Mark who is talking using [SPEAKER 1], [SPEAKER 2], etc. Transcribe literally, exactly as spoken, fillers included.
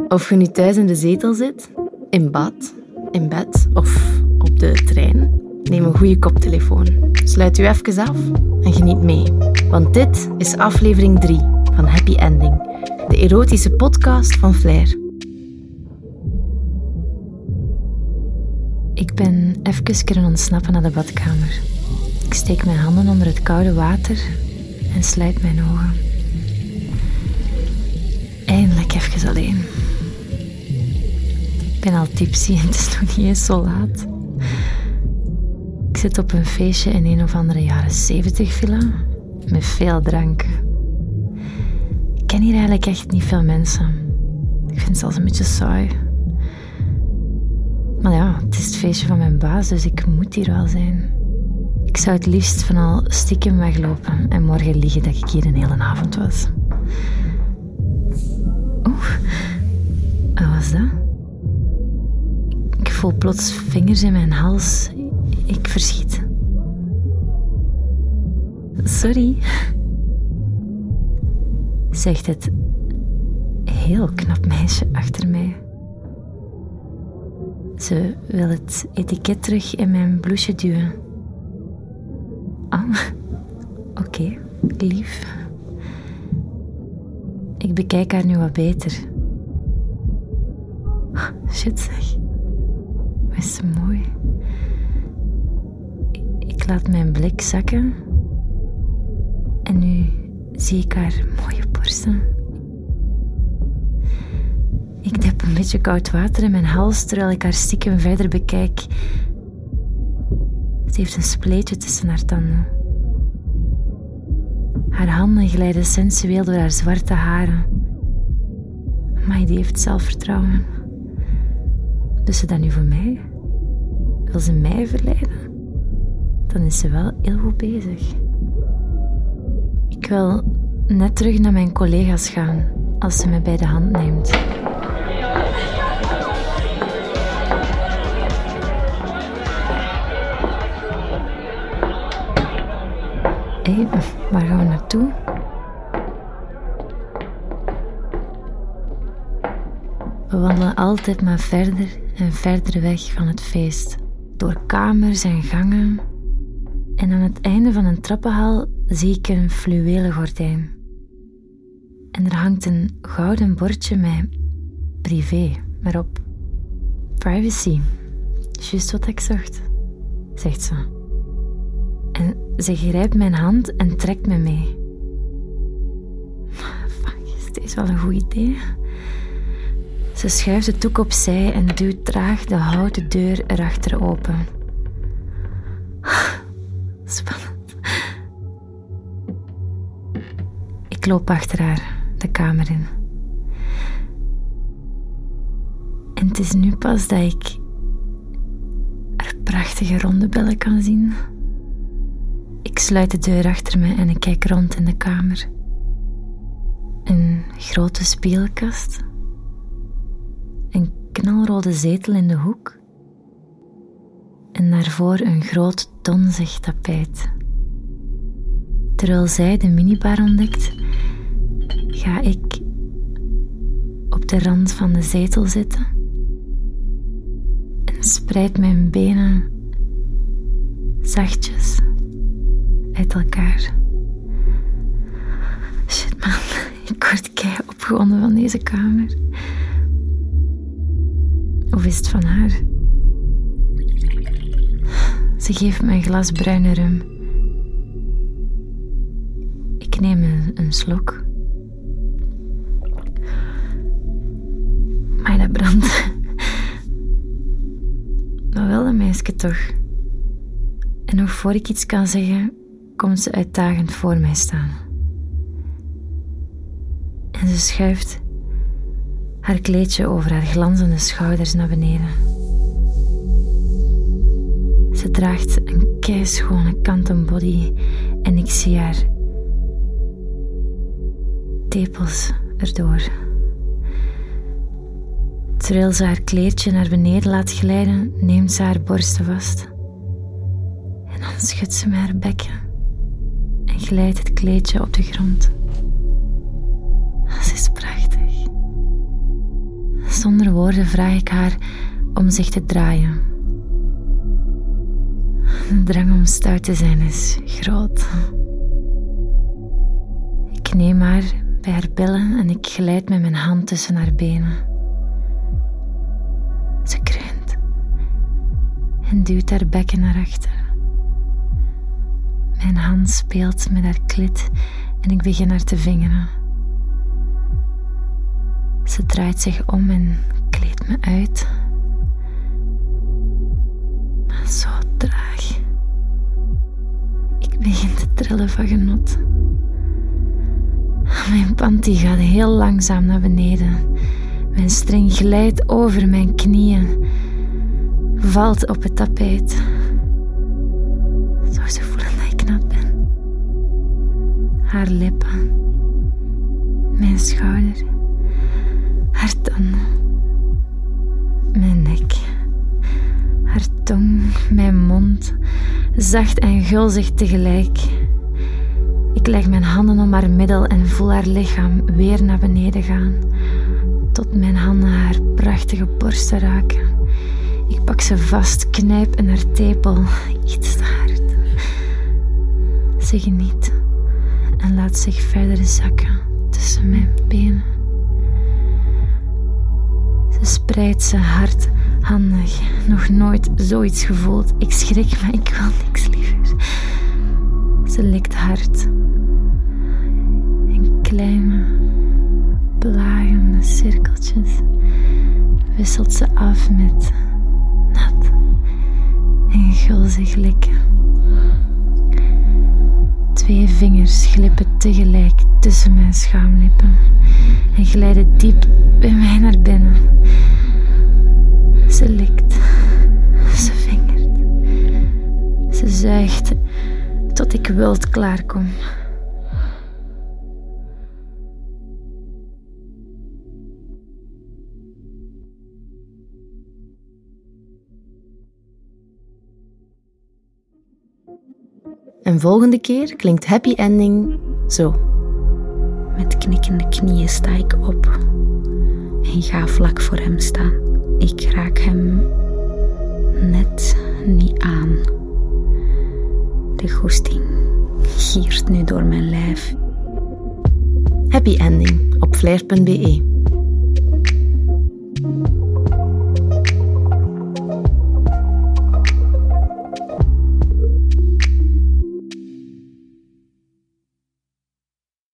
[SPEAKER 1] Of je nu thuis in de zetel zit, in bad, in bed of op de trein, neem een goede koptelefoon. Sluit u even af en geniet mee. Want dit is aflevering drie van Happy Ending, de erotische podcast van Flair. Ik ben even kunnen ontsnappen naar de badkamer. Ik steek mijn handen onder het koude water en sluit mijn ogen. Eindelijk even alleen. Ik ben al tipsy en het is nog niet eens zo laat. Ik zit op een feestje in een of andere jaren zeventig villa met veel drank. Ik ken hier eigenlijk echt niet veel mensen. Ik vind het zelfs een beetje saai. Maar ja, het is het feestje van mijn baas, dus ik moet hier wel zijn. Ik zou het liefst van al stiekem weglopen en morgen liegen dat ik hier een hele avond was. Oeh, wat was dat? Ik voel plots vingers in mijn hals. Ik verschiet. Sorry, zegt het heel knap meisje achter mij. Ze wil het etiket terug in mijn blouseje duwen. Oh, oké, okay, lief. Ik bekijk haar nu wat beter. Shit zeg, wat is ze mooi. Ik laat mijn blik zakken en nu zie ik haar mooie borsten. Ik dep een beetje koud water in mijn hals terwijl ik haar stiekem verder bekijk. Ze heeft een spleetje tussen haar tanden. Haar handen glijden sensueel door haar zwarte haren. Maar die heeft zelfvertrouwen. Doet ze dat nu voor mij? Wil ze mij verleiden? Dan is ze wel heel goed bezig. Ik wil net terug naar mijn collega's gaan als ze me bij de hand neemt. Hé, hey, waar gaan we naartoe? We wandelen altijd maar verder en verder weg van het feest. Door kamers en gangen. En aan het einde van een trappenhal zie ik een fluwelen gordijn. En er hangt een gouden bordje met privé erop. Privacy. Juist wat ik zocht, zegt ze. En ze grijpt mijn hand en trekt me mee. Fuck, is deze wel een goed idee? Ze schuift het doek opzij en duwt traag de houten deur erachter open. Spannend. Ik loop achter haar de kamer in. En het is nu pas dat ik haar prachtige ronde billen kan zien. Ik sluit de deur achter me en ik kijk rond in de kamer. Een grote spiegelkast. Een knalrode zetel in de hoek. En daarvoor een groot donzig tapijt. Terwijl zij de minibar ontdekt, ga ik op de rand van de zetel zitten en spreid mijn benen zachtjes uit elkaar. Shit man, ik word kei opgewonden van deze kamer. Of is het van haar? Ze geeft me een glas bruine rum. Ik neem een, een slok. Maar dat brandt. Maar wel een meisje toch. En nog voor ik iets kan zeggen, komt ze uitdagend voor mij staan. En ze schuift haar kleedje over haar glanzende schouders naar beneden. Ze draagt een keischone kanten body en ik zie haar tepels erdoor. Terwijl ze haar kleedje naar beneden laat glijden, neemt ze haar borsten vast. En dan schudt ze met haar bekken en glijdt het kleedje op de grond. Ze is prachtig. Zonder woorden vraag ik haar om zich te draaien. De drang om stout te zijn is groot. Ik neem haar bij haar billen en ik glijd met mijn hand tussen haar benen. Ze kreunt en duwt haar bekken naar achter. Mijn hand speelt met haar klit en ik begin haar te vingeren. Ze draait zich om en kleedt me uit. Maar zo traag. Ik begin te trillen van genot. Mijn panty gaat heel langzaam naar beneden. Mijn string glijdt over mijn knieën. Valt op het tapijt. Zou ze voelen dat ik nat ben? Haar lippen. Mijn schouder. Haar tanden. Mijn nek. Haar tong. Mijn mond. Zacht en gulzig tegelijk. Ik leg mijn handen om haar middel en voel haar lichaam weer naar beneden gaan. Tot mijn handen haar prachtige borsten raken. Ik pak ze vast, knijp in haar tepel. Iets te hard. Ze geniet en laat zich verder zakken tussen mijn benen. Ze spreidt ze hard, handig. Nog nooit zoiets gevoeld. Ik schrik, maar ik wil niks liever. Ze likt hard. In kleine, plagende cirkeltjes wisselt ze af met nat en gulzig likken. Twee vingers glippen tegelijk tussen mijn schaamlippen en glijden diep bij mij naar binnen. Ze likt, ze vingert, ze zuigt tot ik wild klaarkom.
[SPEAKER 2] En volgende keer klinkt happy ending zo.
[SPEAKER 3] Met knikkende knieën sta ik op en ga vlak voor hem staan. Ik raak hem net niet aan. De goesting giert nu door mijn lijf.
[SPEAKER 2] Happy ending op flair punt be